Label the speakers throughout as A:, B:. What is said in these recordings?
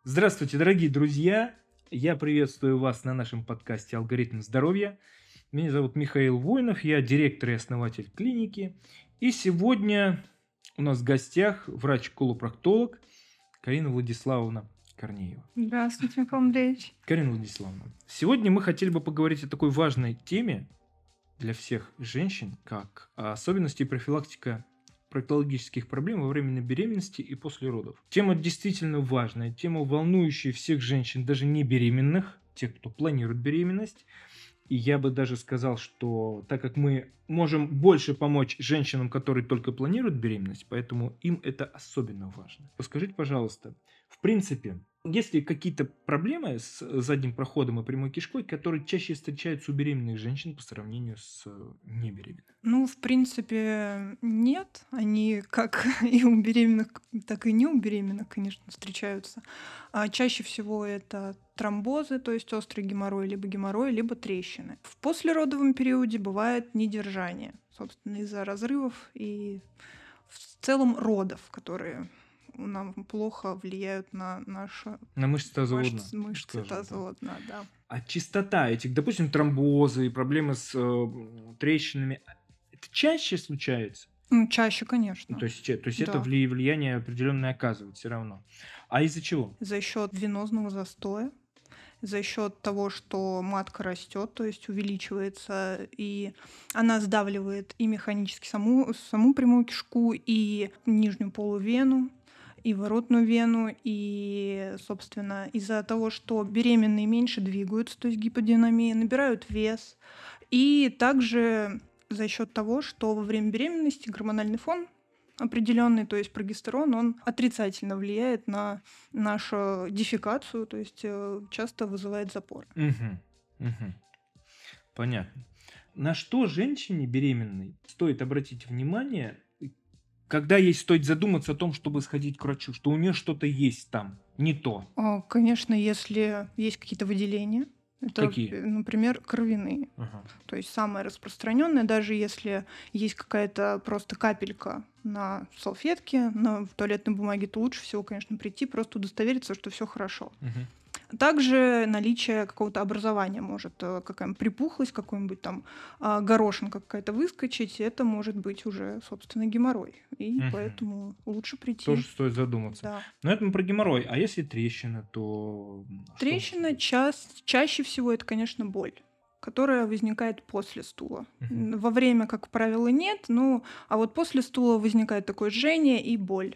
A: Здравствуйте, дорогие друзья! Я приветствую вас на нашем подкасте «Алгоритм здоровья». Меня зовут Михаил Воинов, я директор и основатель клиники. И сегодня у нас в гостях врач-колопроктолог Карина Владиславовна Корнеева.
B: Здравствуйте, Михаил Андреевич.
A: Карина Владиславовна, сегодня мы хотели бы поговорить о такой важной теме для всех женщин, как особенности и профилактика проктологических проблем во время беременности и после родов. Тема действительно важная, тема, волнующая всех женщин, даже не беременных, тех, кто планирует беременность. И я бы даже сказал, что так как мы можем больше помочь женщинам, которые только планируют беременность, поэтому им это особенно важно. Скажите, пожалуйста, в принципе, есть ли какие-то проблемы с задним проходом и прямой кишкой, которые чаще встречаются у беременных женщин по сравнению с небеременными?
B: В принципе, нет. Они как и у беременных, так и не у беременных, конечно, встречаются. Чаще всего это тромбозы, то есть острый геморрой, либо трещины. В послеродовом периоде бывает недержание, собственно, из-за разрывов и в целом родов, которые нам плохо влияют на наши
A: На мышцы тазоводного.
B: мышцы тазоводного, да.
A: А частота этих, допустим, тромбозы и проблемы с трещинами, это чаще случается?
B: Чаще, конечно.
A: То есть это
B: Да.
A: влияние определенное оказывает все равно. А из-за чего?
B: За счет венозного застоя, за счет того, что матка растет, то есть увеличивается, и она сдавливает и механически саму прямую кишку, и нижнюю полувену, и воротную вену, и, собственно, из-за того, что беременные меньше двигаются, то есть гиподинамия, набирают вес, и также за счет того, что во время беременности гормональный фон определенный, то есть прогестерон, он отрицательно влияет на нашу дефекацию, то есть часто вызывает запор.
A: Понятно. На что женщине беременной стоит обратить внимание, когда ей стоит задуматься о том, чтобы сходить к врачу, что у нее что-то есть там, не то?
B: Конечно, если есть какие-то выделения, это,
A: Какие?
B: например, кровяные.
A: Ага.
B: То есть самое распространенное, даже если есть какая-то просто капелька на салфетке, в туалетной бумаге, то лучше всего, конечно, прийти, просто удостовериться, что все хорошо. Также наличие какого-то образования может, какая-нибудь припухлость, какой-нибудь там горошинка какая-то выскочить, это может быть уже, собственно, геморрой. И поэтому лучше прийти.
A: Тоже стоит задуматься.
B: Да.
A: Но это мы про геморрой. А если трещина, то...
B: Трещина чаще всего это, конечно, боль, которая возникает после стула. Во время, как правило, нет, а вот после стула возникает такое жжение и боль.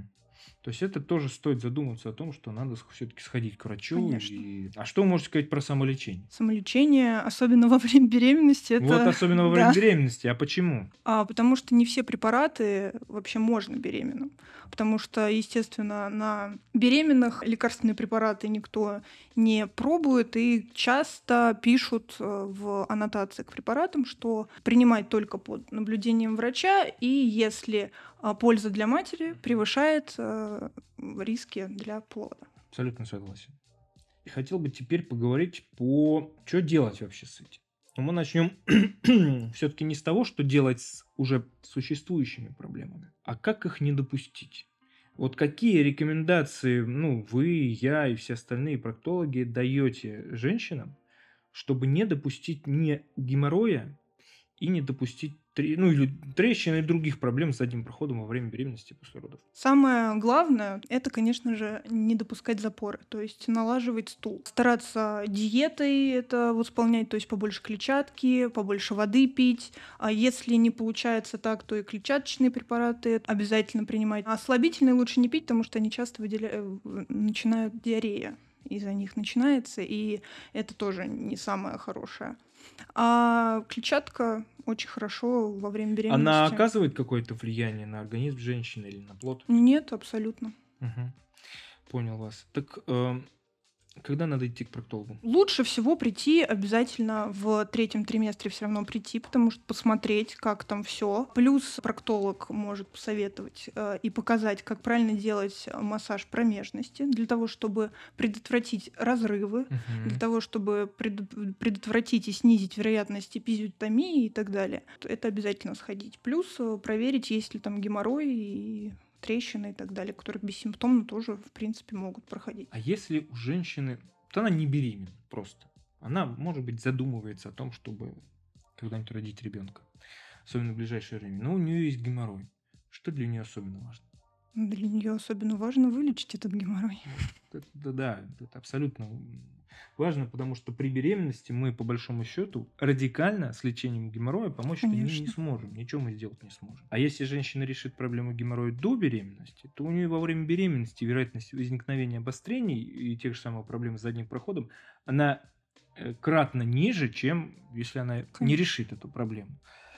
A: То есть это тоже стоит задуматься о том, что надо все-таки сходить к врачу.
B: Конечно.
A: А что вы можете сказать про самолечение?
B: Самолечение, особенно во время беременности, это...
A: Вот особенно во время беременности. А почему?
B: Потому что не все препараты вообще можно беременным. Потому что, естественно, на беременных лекарственные препараты никто не пробует, и часто пишут в аннотации к препаратам, что принимать только под наблюдением врача, и если польза для матери превышает риски для плода.
A: Абсолютно согласен. И хотел бы теперь поговорить что делать вообще с этим. Но мы начнем все-таки не с того, что делать с уже существующими проблемами, а как их не допустить. Вот какие рекомендации, вы, я и все остальные проктологи даете женщинам, чтобы не допустить ни геморроя и не допустить или трещин и других проблем с задним проходом во время беременности и после родов?
B: Самое главное — это, конечно же, не допускать запоры, то есть налаживать стул. Стараться диетой это восполнять, то есть побольше клетчатки, побольше воды пить. А если не получается так, то и клетчаточные препараты обязательно принимать. А слабительные лучше не пить, потому что они часто начинают диарея. Из-за них начинается, и это тоже не самое хорошее. А клетчатка очень хорошо во время беременности.
A: Она оказывает какое-то влияние на организм женщины или на плод?
B: Нет, абсолютно.
A: Понял вас. Так когда надо идти к проктологу?
B: Лучше всего прийти обязательно в 3-м триместре, все равно прийти, потому что посмотреть, как там все. Плюс проктолог может посоветовать и показать, как правильно делать массаж промежности, для того, чтобы предотвратить разрывы, для того, чтобы предотвратить и снизить вероятность эпизиотомии и так далее. Это обязательно сходить. Плюс проверить, есть ли там геморрой и трещины и так далее, которые бессимптомно тоже, в принципе, могут проходить.
A: А если у женщины, вот она не беременна просто, она, может быть, задумывается о том, чтобы когда-нибудь родить ребенка, особенно в ближайшее время, но у нее есть геморрой. Что для нее особенно важно?
B: Для нее особенно важно вылечить этот геморрой.
A: Да, это абсолютно важно, потому что при беременности мы, по большому счету, радикально с лечением геморроя помочь-то не
B: Конечно.
A: сможем, ничего мы сделать не сможем. А если женщина решит проблему геморроя до беременности, то у нее во время беременности вероятность возникновения обострений и тех же самых проблем с задним проходом, она кратно ниже, чем если она не
B: Конечно.
A: решит эту проблему.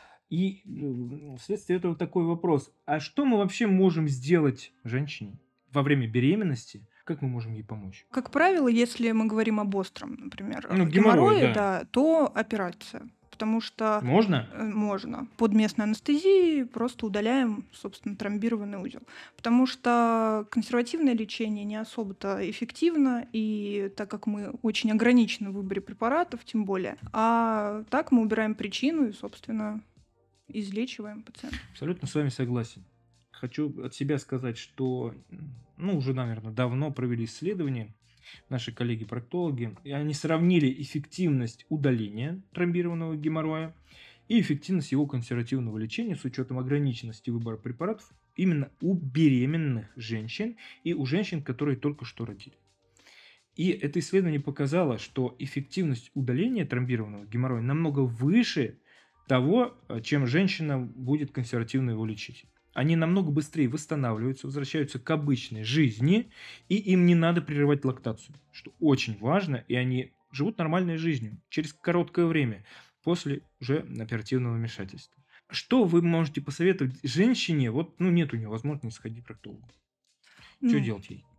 A: И вследствие этого такой вопрос. А что мы вообще можем сделать женщине во время беременности? Как мы можем ей помочь?
B: Как правило, если мы говорим об остром, например,
A: Ну, геморрой,
B: геморрое,
A: да.
B: да, то операция. Потому что
A: Можно?
B: можно. Под местной анестезией просто удаляем, собственно, тромбированный узел. Потому что консервативное лечение не особо-то эффективно, и так как мы очень ограничены в выборе препаратов, тем более. А так мы убираем причину и, собственно, излечиваем пациента.
A: Абсолютно с вами согласен. Хочу от себя сказать, что уже, наверное, давно провели исследования наши коллеги-проктологи, и они сравнили эффективность удаления тромбированного геморроя и эффективность его консервативного лечения с учетом ограниченности выбора препаратов именно у беременных женщин и у женщин, которые только что родили. И это исследование показало, что эффективность удаления тромбированного геморроя намного выше того, чем женщина будет консервативно его лечить. Они намного быстрее восстанавливаются, возвращаются к обычной жизни, и им не надо прерывать лактацию, что очень важно, и они живут нормальной жизнью через короткое время после уже оперативного вмешательства. Что вы можете посоветовать женщине, нет у нее возможности сходить к проктологу? Что
B: Ну,
A: делать ей?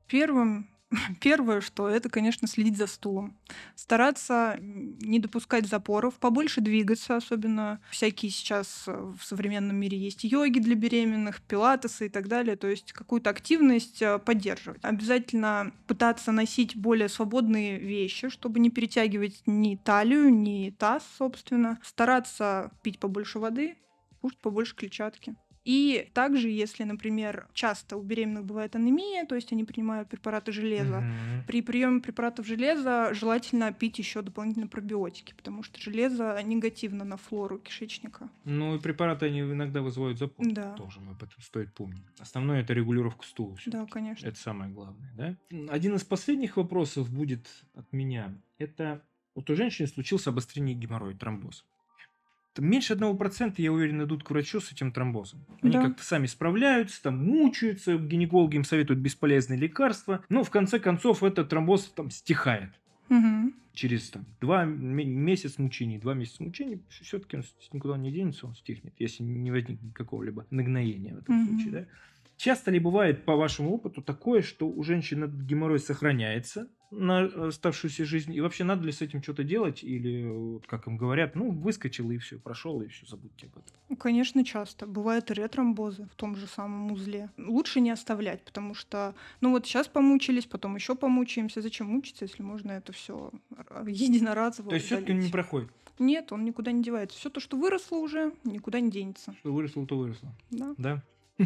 B: Первое, что это, конечно, следить за стулом. Стараться не допускать запоров, побольше двигаться, особенно всякие сейчас в современном мире есть йоги для беременных, пилатесы и так далее, то есть какую-то активность поддерживать. Обязательно пытаться носить более свободные вещи, чтобы не перетягивать ни талию, ни таз, собственно. Стараться пить побольше воды, кушать побольше клетчатки. И также, если, например, часто у беременных бывает анемия, то есть они принимают препараты железа, при приеме препаратов железа желательно пить еще дополнительно пробиотики, потому что железо негативно на флору кишечника.
A: Ну и препараты они иногда вызывают запор.
B: Да.
A: Тоже об этом стоит помнить. Основное это регулировка стула.
B: Да, конечно.
A: Это самое главное, да? Один из последних вопросов будет от меня. Это вот у женщины случился обострение геморроя, тромбоз. Меньше 1%, я уверен, идут к врачу с этим тромбозом. Они
B: Да.
A: как-то сами справляются, там мучаются, гинекологи им советуют бесполезные лекарства. Но в конце концов этот тромбоз там стихает.
B: Мгм.
A: Через 2 месяца мучений, все-таки он никуда не денется, он стихнет, если не возникнет какого-либо нагноения в этом случае. Да? Часто ли бывает, по вашему опыту, такое, что у женщин этот геморрой сохраняется на оставшуюся жизнь? И вообще надо ли с этим что-то делать? Или, вот как им говорят, выскочил и все, прошел, и все, забудьте об этом.
B: Ну, конечно, часто. Бывают и ретромбозы в том же самом узле. Лучше не оставлять, потому что, сейчас помучились, потом еще помучаемся. Зачем мучиться, если можно это все единоразово
A: То есть все-таки он не
B: удалить?
A: проходит?
B: Нет, он никуда не девается. Все то, что выросло уже, никуда не денется.
A: Что выросло, то выросло.
B: Да.
A: Да?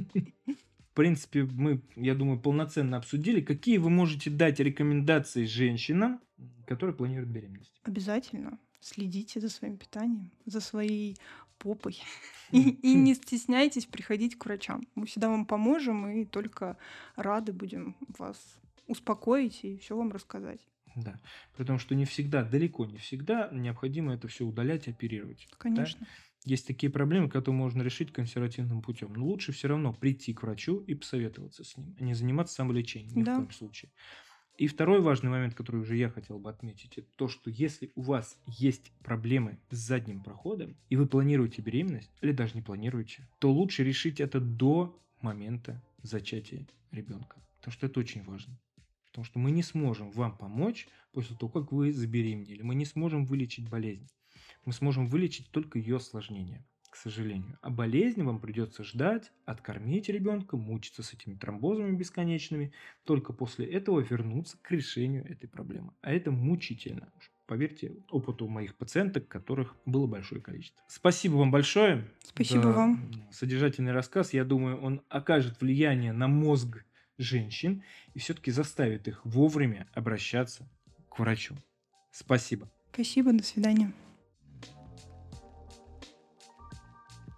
A: В принципе, мы, я думаю, полноценно обсудили, какие вы можете дать рекомендации женщинам, которые планируют беременность.
B: Обязательно следите за своим питанием, за своей попой. И не стесняйтесь приходить к врачам. Мы всегда вам поможем и только рады будем вас успокоить и все вам рассказать.
A: Да, потому что не всегда, далеко не всегда необходимо это все удалять, оперировать. Да?
B: Конечно.
A: Есть такие проблемы, которые можно решить консервативным путем. Но лучше все равно прийти к врачу и посоветоваться с ним, а не заниматься самолечением ни в
B: Да.
A: коем случае. И второй важный момент, который уже я хотел бы отметить, это то, что если у вас есть проблемы с задним проходом, и вы планируете беременность, или даже не планируете, то лучше решить это до момента зачатия ребенка. Потому что это очень важно. Потому что мы не сможем вам помочь после того, как вы забеременели. Мы не сможем вылечить болезнь. Мы сможем вылечить только ее осложнения, к сожалению. А болезнь вам придется ждать, откормить ребенка, мучиться с этими тромбозами бесконечными, только после этого вернуться к решению этой проблемы. А это мучительно. поверьте опыту моих пациенток, которых было большое количество. Спасибо вам большое
B: Спасибо
A: за
B: вам.
A: содержательный рассказ. Я думаю, он окажет влияние на мозг женщин и все-таки заставит их вовремя обращаться к врачу. Спасибо.
B: Спасибо, до свидания.